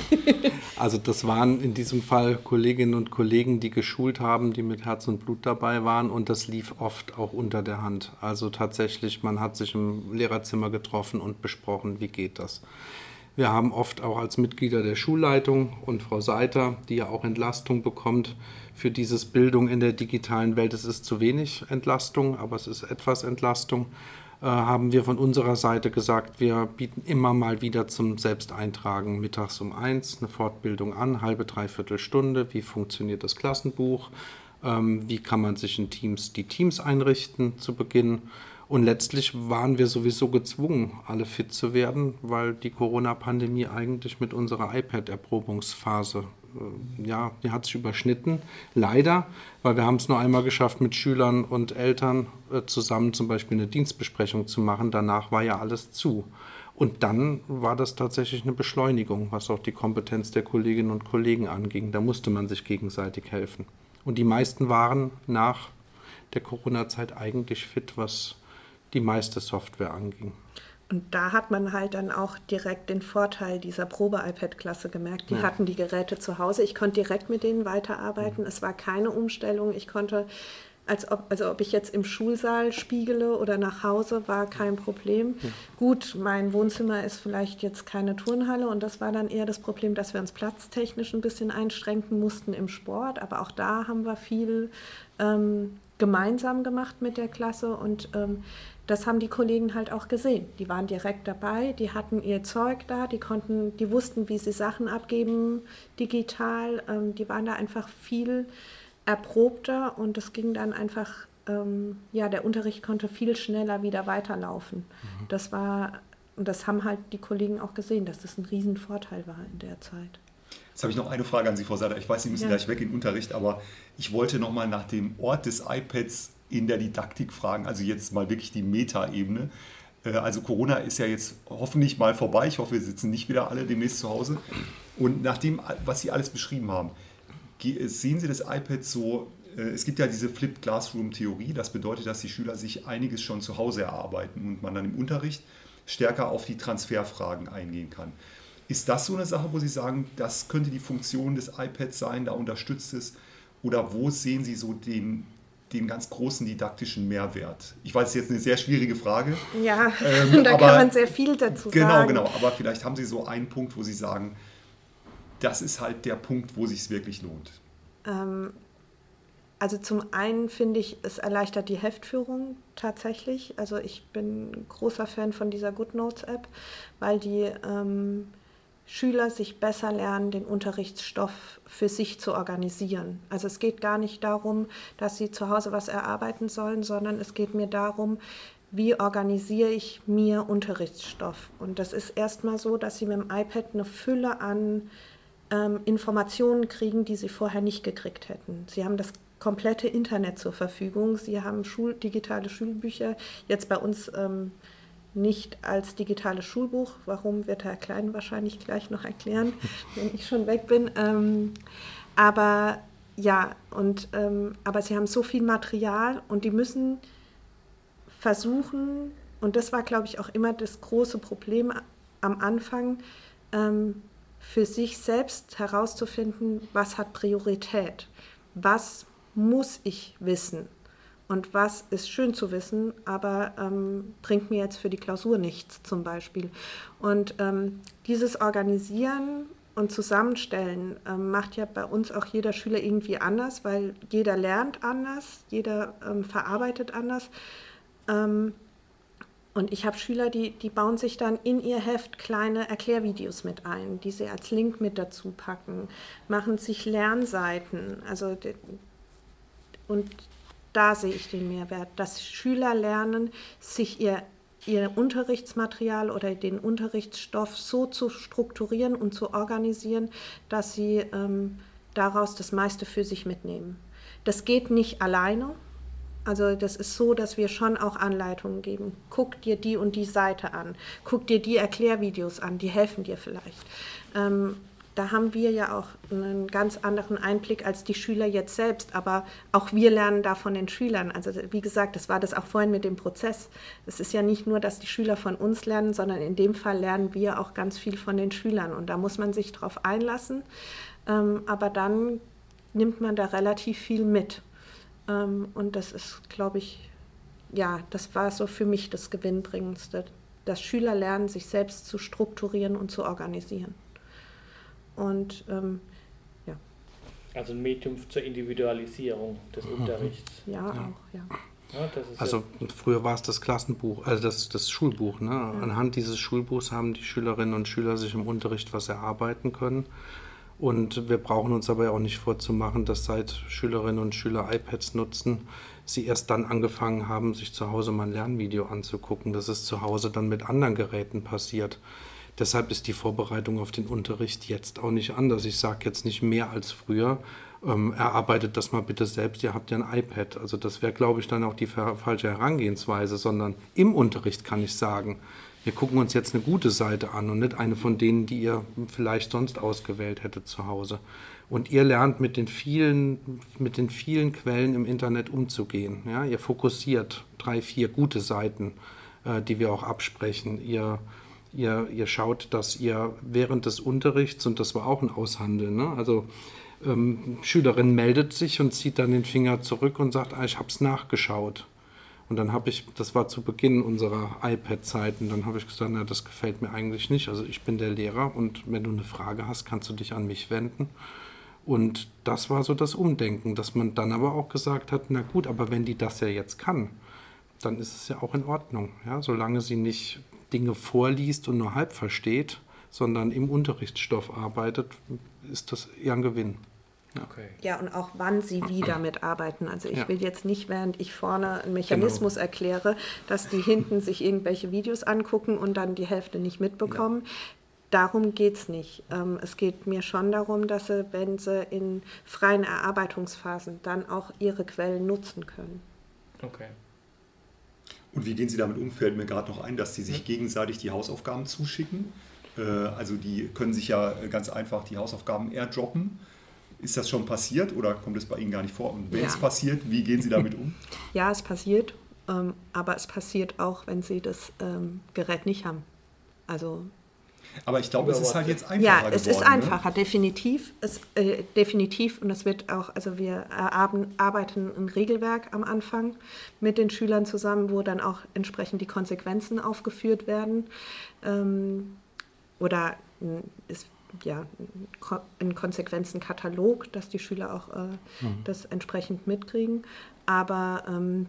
Also das waren in diesem Fall Kolleginnen und Kollegen, die geschult haben, die mit Herz und Blut dabei waren und das lief oft auch unter der Hand. Also tatsächlich, man hat sich im Lehrerzimmer getroffen und besprochen, wie geht das. Wir haben oft auch als Mitglieder der Schulleitung und Frau Seiter, die ja auch Entlastung bekommt für dieses Bildung in der digitalen Welt. Es ist zu wenig Entlastung, aber es ist etwas Entlastung, äh, haben wir von unserer Seite gesagt, wir bieten immer mal wieder zum Selbsteintragen mittags um eins eine Fortbildung an, halbe, dreiviertel Stunde. Wie funktioniert das Klassenbuch? Ähm, wie kann man sich in Teams die Teams einrichten zu Beginn? Und letztlich waren wir sowieso gezwungen, alle fit zu werden, weil die Corona-Pandemie eigentlich mit unserer iPad-Erprobungsphase, äh, ja, die hat sich überschnitten. Leider, weil wir haben es nur einmal geschafft, mit Schülern und Eltern äh, zusammen zum Beispiel eine Dienstbesprechung zu machen. Danach war ja alles zu. Und dann war das tatsächlich eine Beschleunigung, was auch die Kompetenz der Kolleginnen und Kollegen anging. Da musste man sich gegenseitig helfen. Und die meisten waren nach der Corona-Zeit eigentlich fit, was die meiste Software anging. Und da hat man halt dann auch direkt den Vorteil dieser Probe-iPad-Klasse gemerkt. Die ja. hatten die Geräte zu Hause. Ich konnte direkt mit denen weiterarbeiten. Mhm. Es war keine Umstellung. Ich konnte, als ob, also ob ich jetzt im Schulsaal spiegele oder nach Hause, war kein Problem. Ja. Gut, mein Wohnzimmer ist vielleicht jetzt keine Turnhalle und das war dann eher das Problem, dass wir uns platztechnisch ein bisschen einschränken mussten im Sport. Aber auch da haben wir viel ähm, gemeinsam gemacht mit der Klasse und ähm, das haben die Kollegen halt auch gesehen. Die waren direkt dabei, die hatten ihr Zeug da, die konnten, die wussten, wie sie Sachen abgeben digital. Ähm, die waren da einfach viel erprobter und es ging dann einfach, ähm, ja, der Unterricht konnte viel schneller wieder weiterlaufen. Mhm. Das war, und das haben halt die Kollegen auch gesehen, dass das ein Riesenvorteil war in der Zeit. Jetzt habe ich noch eine Frage an Sie, Frau Seiter. Ich weiß, Sie müssen ja. gleich weg in den Unterricht, aber ich wollte noch mal nach dem Ort des iPads in der Didaktik fragen, also jetzt mal wirklich die Meta-Ebene. Also Corona ist ja jetzt hoffentlich mal vorbei. Ich hoffe, wir sitzen nicht wieder alle demnächst zu Hause. Und nach dem, was Sie alles beschrieben haben, sehen Sie das iPad so, es gibt ja diese Flipped Classroom-Theorie, das bedeutet, dass die Schüler sich einiges schon zu Hause erarbeiten und man dann im Unterricht stärker auf die Transferfragen eingehen kann. Ist das so eine Sache, wo Sie sagen, das könnte die Funktion des iPads sein, da unterstützt es? Oder wo sehen Sie so den, den ganz großen didaktischen Mehrwert? Ich weiß, das ist jetzt eine sehr schwierige Frage. Ja, ähm, da aber, kann man sehr viel dazu genau, sagen. Genau, genau. Aber vielleicht haben Sie so einen Punkt, wo Sie sagen, das ist halt der Punkt, wo es sich wirklich lohnt. Ähm, also zum einen finde ich, es erleichtert die Heftführung tatsächlich. Also ich bin großer Fan von dieser GoodNotes-App, weil die ähm, Schüler sich besser lernen, den Unterrichtsstoff für sich zu organisieren. Also es geht gar nicht darum, dass sie zu Hause was erarbeiten sollen, sondern es geht mir darum, wie organisiere ich mir Unterrichtsstoff. Und das ist erstmal so, dass sie mit dem iPad eine Fülle an ähm, Informationen kriegen, die sie vorher nicht gekriegt hätten. Sie haben das komplette Internet zur Verfügung. Sie haben Schul- digitale Schulbücher. Jetzt bei uns ähm, nicht als digitales Schulbuch. Warum, wird Herr Klein wahrscheinlich gleich noch erklären, wenn ich schon weg bin. Ähm, aber ja, und, ähm, aber sie haben so viel Material und die müssen versuchen, und das war, glaube ich, auch immer das große Problem am Anfang, ähm, für sich selbst herauszufinden, was hat Priorität, was muss ich wissen. Und was ist schön zu wissen, aber ähm, bringt mir jetzt für die Klausur nichts zum Beispiel. Und ähm, dieses Organisieren und Zusammenstellen ähm, macht ja bei uns auch jeder Schüler irgendwie anders, weil jeder lernt anders, jeder ähm, verarbeitet anders. Ähm, und ich habe Schüler, die, die bauen sich dann in ihr Heft kleine Erklärvideos mit ein, die sie als Link mit dazu packen, machen sich Lernseiten. Also und da sehe ich den Mehrwert, dass Schüler lernen, sich ihr, ihr Unterrichtsmaterial oder den Unterrichtsstoff so zu strukturieren und zu organisieren, dass sie ähm, daraus das meiste für sich mitnehmen. Das geht nicht alleine. Also das ist so, dass wir schon auch Anleitungen geben. Guck dir die und die Seite an. Guck dir die Erklärvideos an, die helfen dir vielleicht. Ähm, Da haben wir ja auch einen ganz anderen Einblick als die Schüler jetzt selbst, aber auch wir lernen da von den Schülern. Also wie gesagt, das war das auch vorhin mit dem Prozess. Es ist ja nicht nur, dass die Schüler von uns lernen, sondern in dem Fall lernen wir auch ganz viel von den Schülern und da muss man sich drauf einlassen, ähm, aber dann nimmt man da relativ viel mit. Ähm, und das ist, glaube ich, ja, das war so für mich das Gewinnbringendste, dass Schüler lernen, sich selbst zu strukturieren und zu organisieren. Und ähm, ja. Also ein Medium zur Individualisierung des mhm. Unterrichts. Ja, ja, auch, ja. ja das ist also ja. Früher war es das Klassenbuch, also das, das Schulbuch. Ne? Ja. Anhand dieses Schulbuchs haben die Schülerinnen und Schüler sich im Unterricht was erarbeiten können. Und wir brauchen uns aber auch nicht vorzumachen, dass seit Schülerinnen und Schüler iPads nutzen, sie erst dann angefangen haben, sich zu Hause mal ein Lernvideo anzugucken. Das ist zu Hause dann mit anderen Geräten passiert. Deshalb ist die Vorbereitung auf den Unterricht jetzt auch nicht anders. Ich sage jetzt nicht mehr als früher, ähm, erarbeitet das mal bitte selbst, ihr habt ja ein iPad. Also das wäre, glaube ich, dann auch die falsche Herangehensweise, sondern im Unterricht kann ich sagen, wir gucken uns jetzt eine gute Seite an und nicht eine von denen, die ihr vielleicht sonst ausgewählt hättet zu Hause. Und ihr lernt mit den vielen, mit den vielen Quellen im Internet umzugehen. Ja? Ihr fokussiert drei, vier gute Seiten, äh, die wir auch absprechen. Ihr Ihr, ihr schaut, dass ihr während des Unterrichts, und das war auch ein Aushandeln, ne? also ähm, Schülerin meldet sich und zieht dann den Finger zurück und sagt, ah, ich habe es nachgeschaut. Und dann habe ich, das war zu Beginn unserer iPad-Zeiten, dann habe ich gesagt, na, das gefällt mir eigentlich nicht. Also ich bin der Lehrer und wenn du eine Frage hast, kannst du dich an mich wenden. Und das war so das Umdenken, dass man dann aber auch gesagt hat, na gut, aber wenn die das ja jetzt kann, dann ist es ja auch in Ordnung, ja? Solange sie nicht Dinge vorliest und nur halb versteht, sondern im Unterrichtsstoff arbeitet, ist das eher ein Gewinn. Ja. Okay. Ja, und auch wann sie wie damit arbeiten. Also ich ja. will jetzt nicht, während ich vorne einen Mechanismus genau. erkläre, dass die hinten sich irgendwelche Videos angucken und dann die Hälfte nicht mitbekommen. Ja. Darum geht es nicht. Ähm, es geht mir schon darum, dass sie, wenn sie in freien Erarbeitungsphasen dann auch ihre Quellen nutzen können. Okay. Und wie gehen Sie damit um? Fällt mir gerade noch ein, dass Sie sich gegenseitig die Hausaufgaben zuschicken. Äh, also die können sich ja ganz einfach die Hausaufgaben airdroppen. Ist das schon passiert oder kommt es bei Ihnen gar nicht vor? Und wenn ja. es passiert, wie gehen Sie damit um? Ja, es passiert, ähm, aber es passiert auch, wenn Sie das ähm, Gerät nicht haben. Also Aber ich glaube, es ist halt jetzt einfacher Ja, es geworden, ist einfacher, ne? definitiv. Es, äh, definitiv. Und es wird auch, also wir arbeiten ein Regelwerk am Anfang mit den Schülern zusammen, wo dann auch entsprechend die Konsequenzen aufgeführt werden. Ähm, oder ist ja ein Konsequenzenkatalog, dass die Schüler auch äh, mhm. das entsprechend mitkriegen. Aber ähm,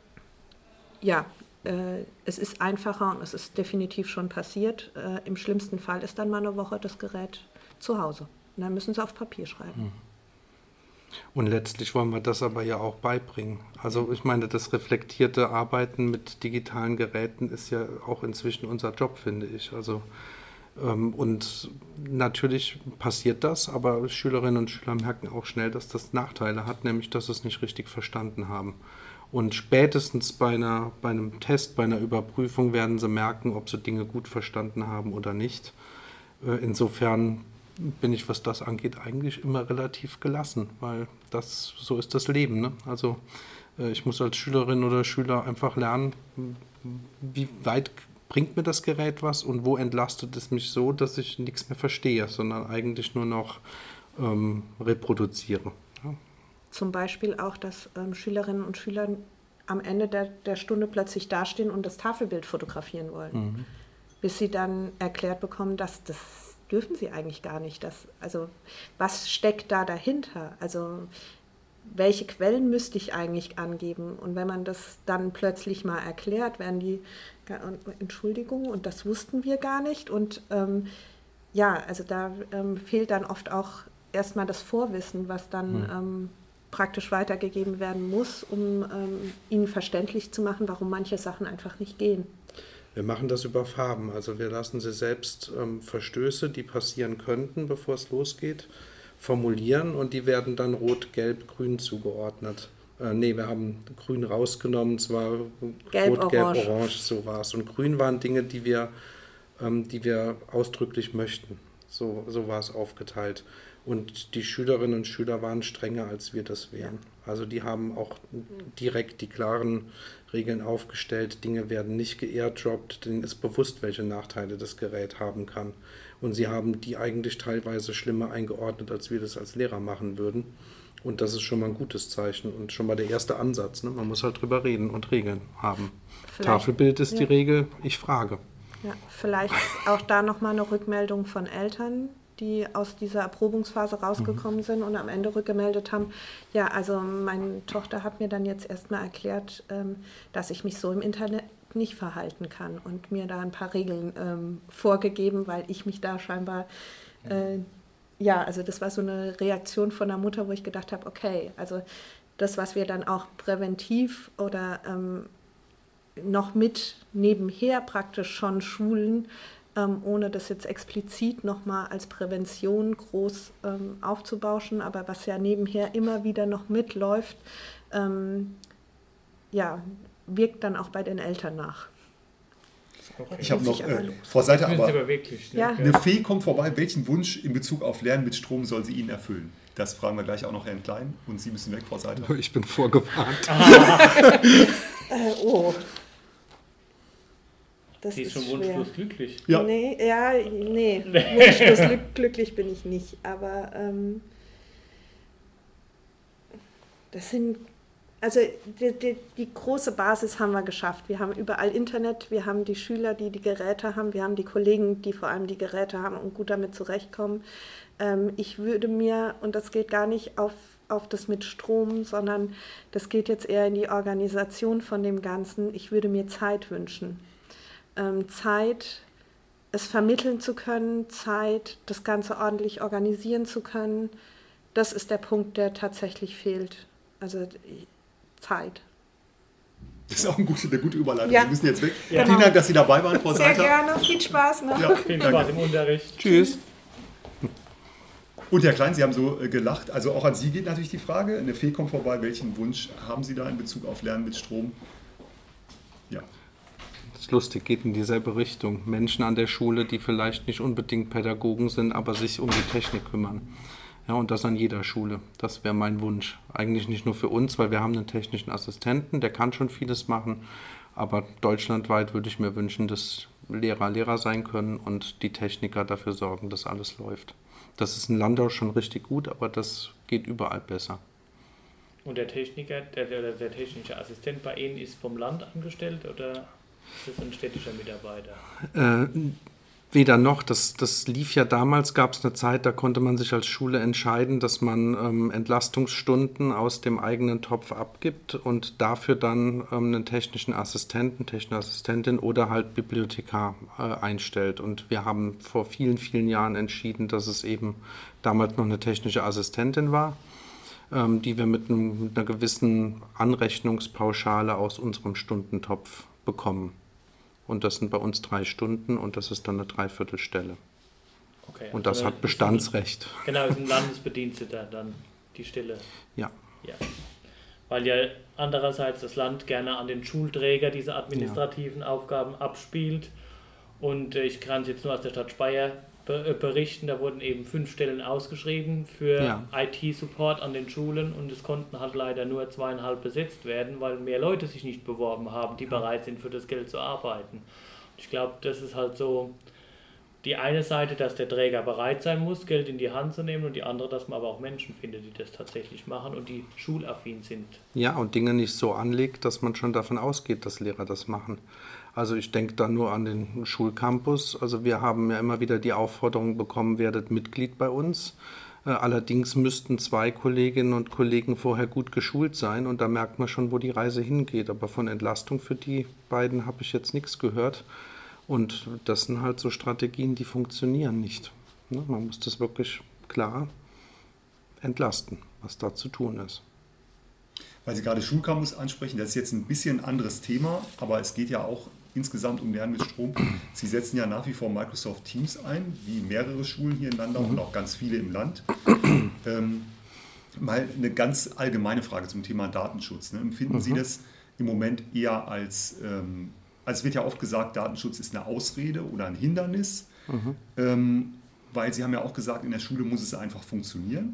ja, Äh, es ist einfacher und es ist definitiv schon passiert. Äh, Im schlimmsten Fall ist dann mal eine Woche das Gerät zu Hause. Und dann müssen sie auf Papier schreiben. Und letztlich wollen wir das aber ja auch beibringen. Also ich meine, das reflektierte Arbeiten mit digitalen Geräten ist ja auch inzwischen unser Job, finde ich. Also ähm, und natürlich passiert das, aber Schülerinnen und Schüler merken auch schnell, dass das Nachteile hat, nämlich dass sie es nicht richtig verstanden haben. Und spätestens bei, einer, bei einem Test, bei einer Überprüfung werden sie merken, ob sie Dinge gut verstanden haben oder nicht. Insofern bin ich, was das angeht, eigentlich immer relativ gelassen, weil das so ist das Leben. Ne? Also ich muss als Schülerin oder Schüler einfach lernen, wie weit bringt mir das Gerät was und wo entlastet es mich so, dass ich nichts mehr verstehe, sondern eigentlich nur noch ähm, reproduziere. Ja. Zum Beispiel auch, dass ähm, Schülerinnen und Schüler am Ende der, der Stunde plötzlich dastehen und das Tafelbild fotografieren wollen. Mhm. Bis sie dann erklärt bekommen, dass das dürfen sie eigentlich gar nicht. Dass, also was steckt da dahinter? Also welche Quellen müsste ich eigentlich angeben? Und wenn man das dann plötzlich mal erklärt, werden die, Entschuldigung, und das wussten wir gar nicht. Und ähm, ja, also da ähm, fehlt dann oft auch erstmal das Vorwissen, was dann mhm. ähm, praktisch weitergegeben werden muss, um ähm, ihnen verständlich zu machen, warum manche Sachen einfach nicht gehen. Wir machen das über Farben. Also wir lassen sie selbst ähm, Verstöße, die passieren könnten, bevor es losgeht, formulieren und die werden dann rot, gelb, grün zugeordnet. Äh, nee, wir haben grün rausgenommen, zwar gelb, rot, orange. gelb, orange, so war es. Und grün waren Dinge, die wir, ähm, die wir ausdrücklich möchten. So, so war es aufgeteilt. Und die Schülerinnen und Schüler waren strenger, als wir das wären. Also die haben auch direkt die klaren Regeln aufgestellt. Dinge werden nicht geairdroppt, denen ist bewusst, welche Nachteile das Gerät haben kann. Und sie haben die eigentlich teilweise schlimmer eingeordnet, als wir das als Lehrer machen würden. Und das ist schon mal ein gutes Zeichen und schon mal der erste Ansatz. Ne? Man muss halt drüber reden und Regeln haben. Vielleicht, Tafelbild ist ja. die Regel, ich frage. Ja, vielleicht auch da nochmal eine Rückmeldung von Eltern, die aus dieser Erprobungsphase rausgekommen mhm. sind und am Ende rückgemeldet haben, ja, also meine Tochter hat mir dann jetzt erstmal erklärt, ähm, dass ich mich so im Internet nicht verhalten kann und mir da ein paar Regeln ähm, vorgegeben, weil ich mich da scheinbar, äh, ja, also das war so eine Reaktion von der Mutter, wo ich gedacht habe, okay, also das, was wir dann auch präventiv oder ähm, noch mit nebenher praktisch schon schulen, ähm, ohne das jetzt explizit nochmal als Prävention groß ähm, aufzubauschen, aber was ja nebenher immer wieder noch mitläuft, ähm, ja, wirkt dann auch bei den Eltern nach. Okay. Ich habe noch, äh, Frau Seiter, aber, aber wirklich, ne? ja. eine Fee kommt vorbei. Welchen Wunsch in Bezug auf Lernen mit Strom soll sie Ihnen erfüllen? Das fragen wir gleich auch noch Herrn Klein. Und Sie müssen weg, Frau Seiter. Ich bin vorgewarnt. äh, oh. Das Sie ist, ist schon wunschlos glücklich. Ja, nee, ja, nee. wunschlos glücklich bin ich nicht. Aber ähm, das sind... Also die, die, die große Basis haben wir geschafft. Wir haben überall Internet, wir haben die Schüler, die die Geräte haben, wir haben die Kollegen, die vor allem die Geräte haben und gut damit zurechtkommen. Ähm, ich würde mir, und das geht gar nicht auf, auf das mit Strom, sondern das geht jetzt eher in die Organisation von dem Ganzen, ich würde mir Zeit wünschen. Ähm, Zeit, es vermitteln zu können, Zeit, das Ganze ordentlich organisieren zu können. Das ist der Punkt, der tatsächlich fehlt. Also Zeit. Das ist auch eine gute, eine gute Überleitung. Ja. Wir müssen jetzt weg. Ja. Vielen Dank, dass Sie dabei waren, Frau Seiter. Sehr gerne, viel Spaß noch. Ja, viel Spaß im Unterricht. Tschüss. Und Herr Klein, Sie haben so äh, gelacht. Also auch an Sie geht natürlich die Frage. Eine Fee kommt vorbei. Welchen Wunsch haben Sie da in Bezug auf Lernen mit Strom? Ja. Das ist lustig, geht in dieselbe Richtung. Menschen an der Schule, die vielleicht nicht unbedingt Pädagogen sind, aber sich um die Technik kümmern. Ja, und das an jeder Schule. Das wäre mein Wunsch. Eigentlich nicht nur für uns, weil wir haben einen technischen Assistenten, der kann schon vieles machen. Aber deutschlandweit würde ich mir wünschen, dass Lehrer Lehrer sein können und die Techniker dafür sorgen, dass alles läuft. Das ist in Landau schon richtig gut, aber das geht überall besser. Und der Techniker, der, der, der technische Assistent bei Ihnen ist vom Land angestellt oder ist das ein städtischer Mitarbeiter? Äh, Weder noch, das, das lief ja damals, gab es eine Zeit, da konnte man sich als Schule entscheiden, dass man ähm, Entlastungsstunden aus dem eigenen Topf abgibt und dafür dann ähm, einen technischen Assistenten, technische Assistentin oder halt Bibliothekar äh, einstellt. Und wir haben vor vielen, vielen Jahren entschieden, dass es eben damals noch eine technische Assistentin war, ähm, die wir mit, einem, mit einer gewissen Anrechnungspauschale aus unserem Stundentopf bekommen. Und das sind bei uns drei Stunden und das ist dann eine Dreiviertelstelle. Okay, und das also hat Bestandsrecht. Ein, genau, ist ein Landesbediensteter dann die Stelle. Ja. Ja. weil ja andererseits das Land gerne an den Schulträger diese administrativen ja. Aufgaben abspielt. Und äh, ich kann es jetzt nur aus der Stadt Speyer be- berichten, da wurden eben fünf Stellen ausgeschrieben für ja. I T-Support an den Schulen und es konnten halt leider nur zweieinhalb besetzt werden, weil mehr Leute sich nicht beworben haben, die ja. bereit sind, für das Geld zu arbeiten. Ich glaube, das ist halt so die eine Seite, dass der Träger bereit sein muss, Geld in die Hand zu nehmen und die andere, dass man aber auch Menschen findet, die das tatsächlich machen und die schulaffin sind. Ja, und Dinge nicht so anlegt, dass man schon davon ausgeht, dass Lehrer das machen. Also ich denke da nur an den Schulcampus. Also wir haben ja immer wieder die Aufforderung bekommen, werdet Mitglied bei uns. Allerdings müssten zwei Kolleginnen und Kollegen vorher gut geschult sein und da merkt man schon, wo die Reise hingeht. Aber von Entlastung für die beiden habe ich jetzt nichts gehört. Und das sind halt so Strategien, die funktionieren nicht. Man muss das wirklich klar entlasten, was da zu tun ist. Weil Sie gerade Schulcampus ansprechen, das ist jetzt ein bisschen ein anderes Thema, aber es geht ja auch insgesamt um Lernen mit Strom. Sie setzen ja nach wie vor Microsoft Teams ein, wie mehrere Schulen hier in Landau mhm. und auch ganz viele im Land. ähm, mal eine ganz allgemeine Frage zum Thema Datenschutz. Ne? Empfinden mhm. Sie das im Moment eher als, ähm, also es wird ja oft gesagt, Datenschutz ist eine Ausrede oder ein Hindernis, mhm. ähm, weil Sie haben ja auch gesagt, in der Schule muss es einfach funktionieren.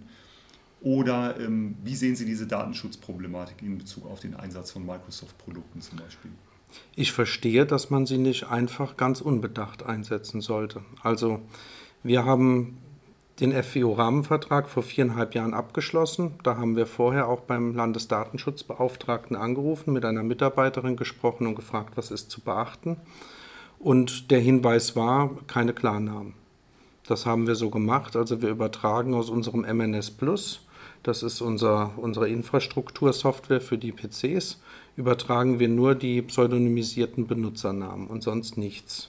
Oder ähm, wie sehen Sie diese Datenschutzproblematik in Bezug auf den Einsatz von Microsoft-Produkten zum Beispiel? Ich verstehe, dass man sie nicht einfach ganz unbedacht einsetzen sollte. Also wir haben den F W O-Rahmenvertrag vor viereinhalb Jahren abgeschlossen. Da haben wir vorher auch beim Landesdatenschutzbeauftragten angerufen, mit einer Mitarbeiterin gesprochen und gefragt, was ist zu beachten. Und der Hinweis war, keine Klarnamen. Das haben wir so gemacht. Also wir übertragen aus unserem M N S Plus, das ist unser, unsere Infrastruktursoftware für die P Cs, übertragen wir nur die pseudonymisierten Benutzernamen und sonst nichts.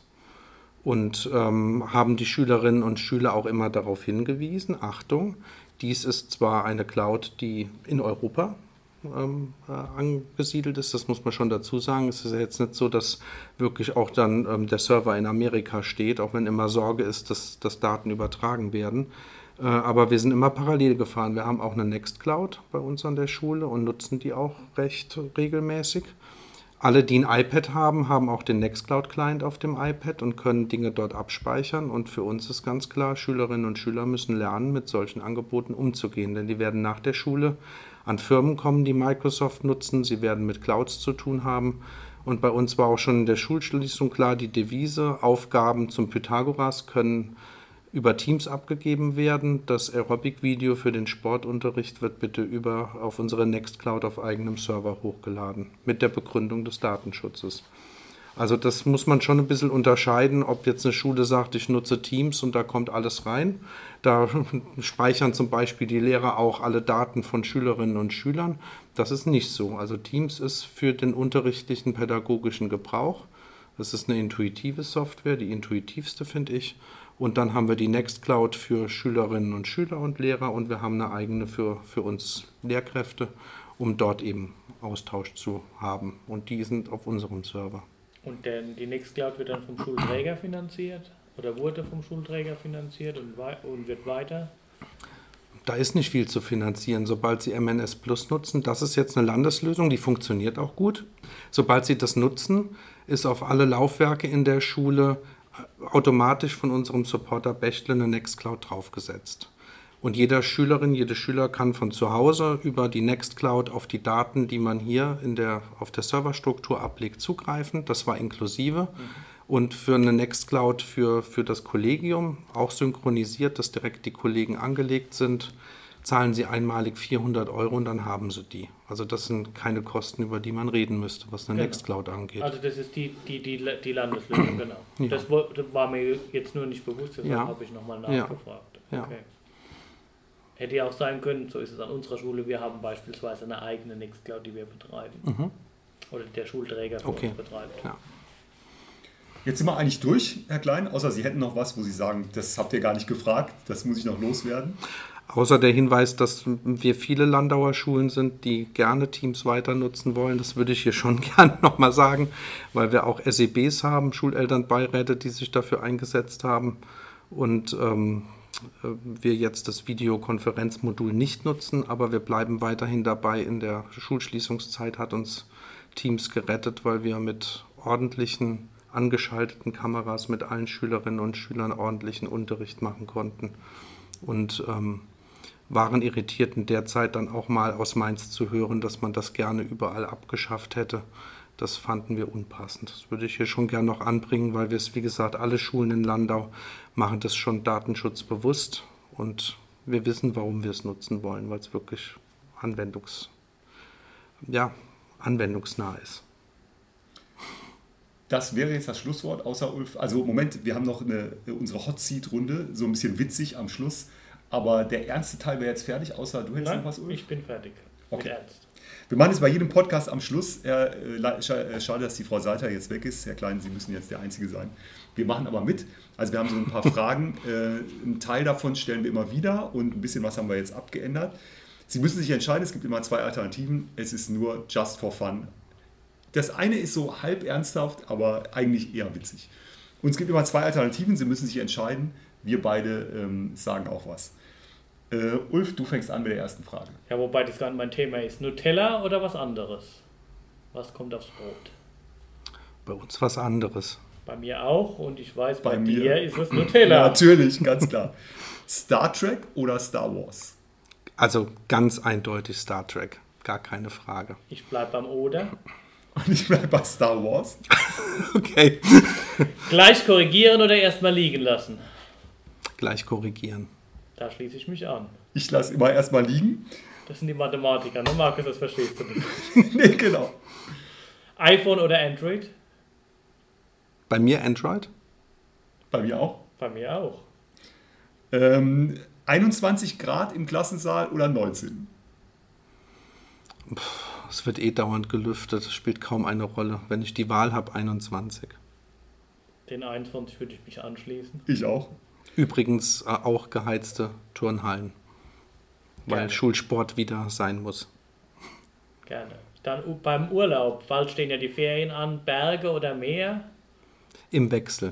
Und ähm, haben die Schülerinnen und Schüler auch immer darauf hingewiesen, Achtung, dies ist zwar eine Cloud, die in Europa ähm, äh, angesiedelt ist, das muss man schon dazu sagen. Es ist ja jetzt nicht so, dass wirklich auch dann ähm, der Server in Amerika steht, auch wenn immer Sorge ist, dass, dass Daten übertragen werden. Äh, aber wir sind immer parallel gefahren. Wir haben auch eine Nextcloud bei uns an der Schule und nutzen die auch recht regelmäßig. Alle, die ein iPad haben, haben auch den Nextcloud-Client auf dem iPad und können Dinge dort abspeichern. Und für uns ist ganz klar, Schülerinnen und Schüler müssen lernen, mit solchen Angeboten umzugehen. Denn die werden nach der Schule an Firmen kommen, die Microsoft nutzen. Sie werden mit Clouds zu tun haben. Und bei uns war auch schon in der Schulschließung klar, die Devise, Aufgaben zum Pythagoras können über Teams abgegeben werden. Das Aerobic-Video für den Sportunterricht wird bitte über auf unsere Nextcloud auf eigenem Server hochgeladen, mit der Begründung des Datenschutzes. Also das muss man schon ein bisschen unterscheiden, ob jetzt eine Schule sagt, ich nutze Teams und da kommt alles rein. Da speichern zum Beispiel die Lehrer auch alle Daten von Schülerinnen und Schülern. Das ist nicht so. Also Teams ist für den unterrichtlichen pädagogischen Gebrauch. Das ist eine intuitive Software, die intuitivste, finde ich. Und dann haben wir die Nextcloud für Schülerinnen und Schüler und Lehrer und wir haben eine eigene für, für uns Lehrkräfte, um dort eben Austausch zu haben. Und die sind auf unserem Server. Und der, die Nextcloud wird dann vom Schulträger finanziert oder wurde vom Schulträger finanziert und, wei- und wird weiter? Da ist nicht viel zu finanzieren, sobald Sie M N S Plus nutzen. Das ist jetzt eine Landeslösung, die funktioniert auch gut. Sobald Sie das nutzen, ist auf alle Laufwerke in der Schule automatisch von unserem Supporter Bechtle eine Nextcloud draufgesetzt. Und jeder Schülerin, jede Schüler kann von zu Hause über die Nextcloud auf die Daten, die man hier in der, auf der Serverstruktur ablegt, zugreifen. Das war inklusive. Mhm. Und für eine Nextcloud für, für das Kollegium, auch synchronisiert, dass direkt die Kollegen angelegt sind, zahlen Sie einmalig vierhundert Euro und dann haben Sie die. Also das sind keine Kosten, über die man reden müsste, was eine genau. Nextcloud angeht. Also das ist die, die, die, die Landeslösung, genau. Ja. Das war mir jetzt nur nicht bewusst, deshalb ja. habe ich nochmal nachgefragt. Ja. Okay. Hätte ja auch sein können, so ist es an unserer Schule, wir haben beispielsweise eine eigene Nextcloud, die wir betreiben. Mhm. Oder der Schulträger für okay. uns betreibt. Ja. Jetzt sind wir eigentlich durch, Herr Klein, außer Sie hätten noch was, wo Sie sagen, das habt ihr gar nicht gefragt, das muss ich noch loswerden. Außer der Hinweis, dass wir viele Landauer Schulen sind, die gerne Teams weiter nutzen wollen. Das würde ich hier schon gerne nochmal sagen, weil wir auch S E Bs haben, Schulelternbeiräte, die sich dafür eingesetzt haben. Und ähm, wir jetzt das Videokonferenzmodul nicht nutzen, aber wir bleiben weiterhin dabei. In der Schulschließungszeit hat uns Teams gerettet, weil wir mit ordentlichen, angeschalteten Kameras mit allen Schülerinnen und Schülern ordentlichen Unterricht machen konnten. Und ähm, waren irritiert, in der Zeit dann auch mal aus Mainz zu hören, dass man das gerne überall abgeschafft hätte. Das fanden wir unpassend. Das würde ich hier schon gerne noch anbringen, weil wir es, wie gesagt, alle Schulen in Landau machen das schon datenschutzbewusst und wir wissen, warum wir es nutzen wollen, weil es wirklich anwendungs, ja, anwendungsnah ist. Das wäre jetzt das Schlusswort, außer Ulf. Also Moment, wir haben noch eine, unsere Hot Seat Runde, so ein bisschen witzig am Schluss. Aber der ernste Teil wäre jetzt fertig, außer du hättest Nein, noch was, Ulf? Ich bin fertig. Okay. Mit Ernst. Wir machen es bei jedem Podcast am Schluss. Äh, schade, dass die Frau Seiter jetzt weg ist. Herr Klein, Sie müssen jetzt der Einzige sein. Wir machen aber mit. Also wir haben so ein paar Fragen. Äh, einen Teil davon stellen wir immer wieder und ein bisschen was haben wir jetzt abgeändert. Sie müssen sich entscheiden. Es gibt immer zwei Alternativen. Es ist nur just for fun. Das eine ist so halb ernsthaft, aber eigentlich eher witzig. Und es gibt immer zwei Alternativen. Sie müssen sich entscheiden. Wir beide ähm, sagen auch was. Uh, Ulf, du fängst an mit der ersten Frage. Ja, wobei das gar nicht mein Thema ist. Nutella oder was anderes? Was kommt aufs Brot? Bei uns was anderes. Bei mir auch und ich weiß, bei, bei dir mir ist es Nutella. Natürlich, ganz klar. Star Trek oder Star Wars? Also ganz eindeutig Star Trek, gar keine Frage. Ich bleibe beim Oder. Und ich bleibe bei Star Wars. Okay. Gleich korrigieren oder erstmal liegen lassen? Gleich korrigieren. Da schließe ich mich an. Ich lasse immer erstmal liegen. Das sind die Mathematiker, ne Markus, das verstehst du nicht. Nee, genau. iPhone oder Android? Bei mir Android? Bei mir auch. Bei mir auch. Ähm, einundzwanzig Grad im Klassensaal oder neunzehn? Es wird eh dauernd gelüftet, das spielt kaum eine Rolle. Wenn ich die Wahl habe, einundzwanzig. Den einundzwanzig würde ich mich anschließen. Ich auch. Übrigens äh, auch geheizte Turnhallen, weil Gerne. Schulsport wieder sein muss. Gerne. Dann u- beim Urlaub, bald stehen ja die Ferien an, Berge oder Meer? Im Wechsel.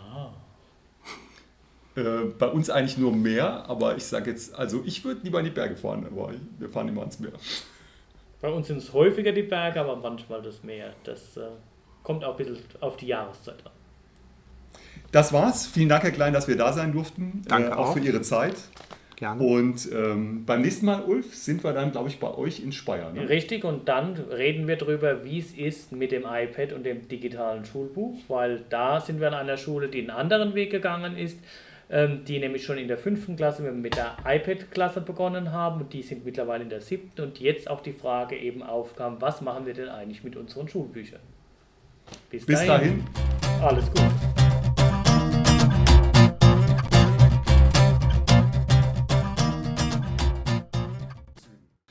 Äh, bei uns eigentlich nur Meer, aber ich sage jetzt, also ich würde lieber in die Berge fahren, aber wir fahren immer ans Meer. Bei uns sind es häufiger die Berge, aber manchmal das Meer. Das äh, kommt auch ein bisschen auf die Jahreszeit an. Das war's. Vielen Dank, Herr Klein, dass wir da sein durften. Danke äh, auch auch. für Ihre Zeit. Gerne. Und ähm, beim nächsten Mal, Ulf, sind wir dann, glaube ich, bei euch in Speyer. Ne? Richtig, und dann reden wir darüber, wie es ist mit dem iPad und dem digitalen Schulbuch, weil da sind wir an einer Schule, die einen anderen Weg gegangen ist, ähm, die nämlich schon in der fünften Klasse mit der iPad-Klasse begonnen haben und die sind mittlerweile in der siebten und jetzt auch die Frage eben aufkam, was machen wir denn eigentlich mit unseren Schulbüchern? Bis dahin. Alles gut.